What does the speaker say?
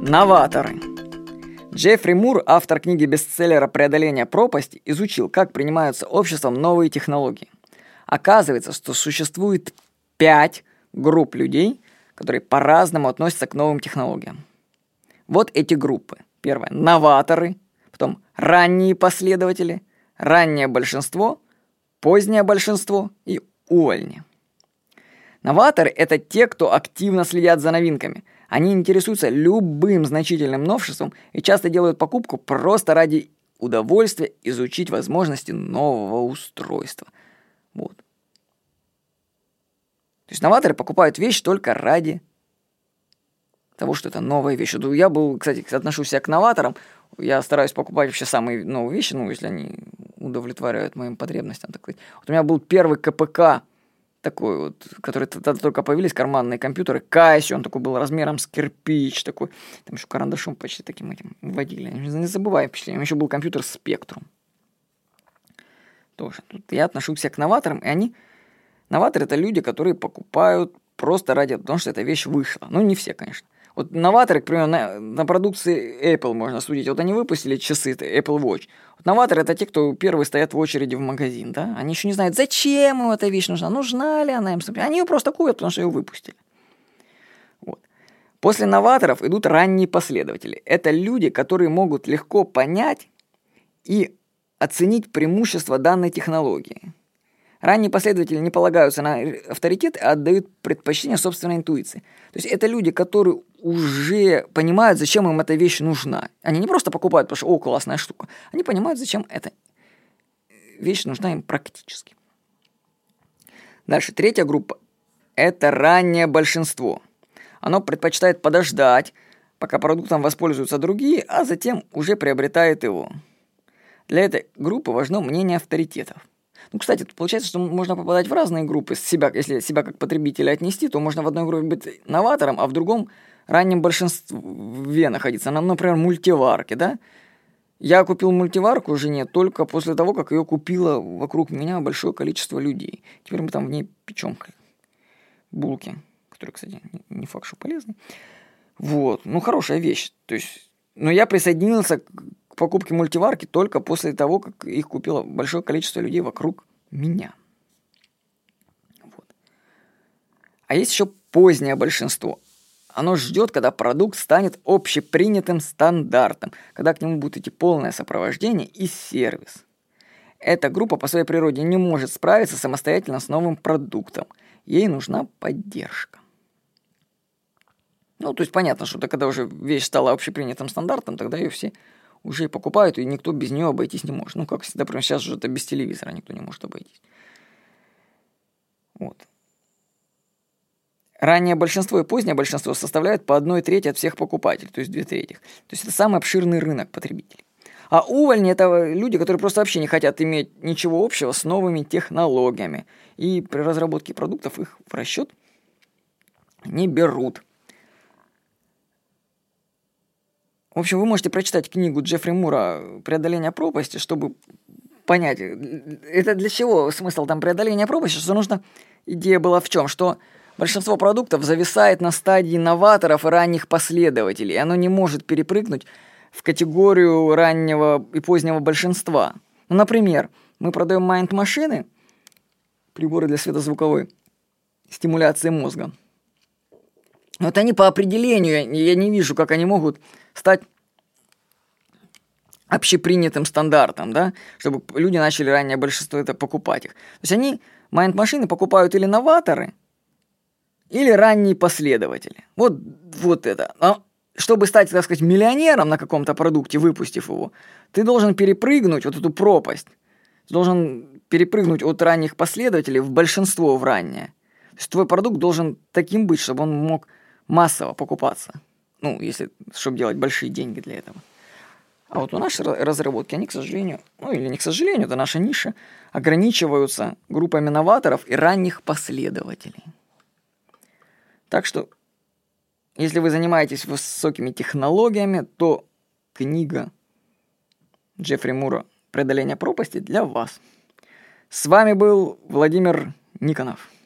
Новаторы. Джеффри Мур, автор книги-бестселлера «Преодоление пропасти», изучил, как принимаются обществом новые технологии. Оказывается, что существует 5 групп людей, которые по-разному относятся к новым технологиям. Вот эти группы. Первое – новаторы, потом ранние последователи, раннее большинство, позднее большинство и увольни. Новаторы – это те, кто активно следят за новинками. Они интересуются любым значительным новшеством и часто делают покупку просто ради удовольствия изучить возможности нового устройства. Вот. То есть новаторы покупают вещь только ради того, что это новая вещь. Я кстати, отношусь себя к новаторам. Я стараюсь покупать вообще самые новые вещи, если они удовлетворяют моим потребностям, так сказать. Вот у меня был первый КПК, такой вот, который тогда только появились карманные компьютеры, Casio, он такой был размером с кирпич, такой, там еще карандашом почти таким этим вводили. Не забывай впечатление. У меня еще был компьютер Spectrum. Тоже. Тут я отношусь к новаторам, и они... Новаторы – это люди, которые покупают просто ради того, что эта вещь вышла. Не все, конечно. Вот новаторы, к примеру, на продукции Apple можно судить. Вот они выпустили часы, Apple Watch. Вот новаторы – это те, кто первые стоят в очереди в магазин, да? Они еще не знают, зачем им эта вещь нужна, нужна ли она им. Они ее просто купят, потому что ее выпустили. Вот. После новаторов идут ранние последователи. Это люди, которые могут легко понять и оценить преимущества данной технологии. Ранние последователи не полагаются на авторитет, а отдают предпочтение собственной интуиции. То есть это люди, которые уже понимают, зачем им эта вещь нужна. Они не просто покупают, потому что, классная штука. Они понимают, зачем эта вещь нужна им практически. Дальше, третья группа – это раннее большинство. Оно предпочитает подождать, пока продуктом воспользуются другие, а затем уже приобретает его. Для этой группы важно мнение авторитетов. Кстати, получается, что можно попадать в разные группы. Если себя как потребителя отнести, то можно в одной группе быть новатором, а в другом раннем большинстве находиться. Например, мультиварки, да? Я купил мультиварку жене только после того, как ее купило вокруг меня большое количество людей. Теперь мы там в ней печем булки, которые, кстати, не факт, что полезны. Вот, хорошая вещь. То есть, но я присоединился к покупке мультиварки только после того, как их купило большое количество людей вокруг меня. Вот. А есть еще позднее большинство. Оно ждет, когда продукт станет общепринятым стандартом, когда к нему будет идти полное сопровождение и сервис. Эта группа по своей природе не может справиться самостоятельно с новым продуктом. Ей нужна поддержка. То есть понятно, что когда уже вещь стала общепринятым стандартом, тогда ее все уже и покупают, и никто без нее обойтись не может. Как всегда, например, сейчас уже это без телевизора никто не может обойтись. Вот. Раннее большинство и позднее большинство составляют по 1/3 от всех покупателей, то есть 2/3. То есть это самый обширный рынок потребителей. А увольни – это люди, которые просто вообще не хотят иметь ничего общего с новыми технологиями. И при разработке продуктов их в расчет не берут. В общем, вы можете прочитать книгу Джеффри Мура «Преодоление пропасти», чтобы понять, это для чего смысл там преодоления пропасти, что нужно... Идея была в чем? Что большинство продуктов зависает на стадии новаторов и ранних последователей, и оно не может перепрыгнуть в категорию раннего и позднего большинства. Например, мы продаем майнд-машины, приборы для светозвуковой стимуляции мозга. Вот они по определению, я не вижу, как они могут стать общепринятым стандартом, да, чтобы люди начали раннее большинство это покупать их. То есть они майнд-машины покупают или новаторы, или ранние последователи. Вот это. Но чтобы стать, так сказать, миллионером на каком-то продукте, выпустив его, ты должен перепрыгнуть вот эту пропасть. Ты должен перепрыгнуть от ранних последователей в большинство в раннее. То есть твой продукт должен таким быть, чтобы он мог массово покупаться. Чтобы делать большие деньги для этого. А вот у нашей разработки, они, к сожалению, или не к сожалению, это наша ниша, ограничиваются группами новаторов и ранних последователей. Так что, если вы занимаетесь высокими технологиями, то книга Джеффри Мура «Преодоление пропасти» для вас. С вами был Владимир Никонов.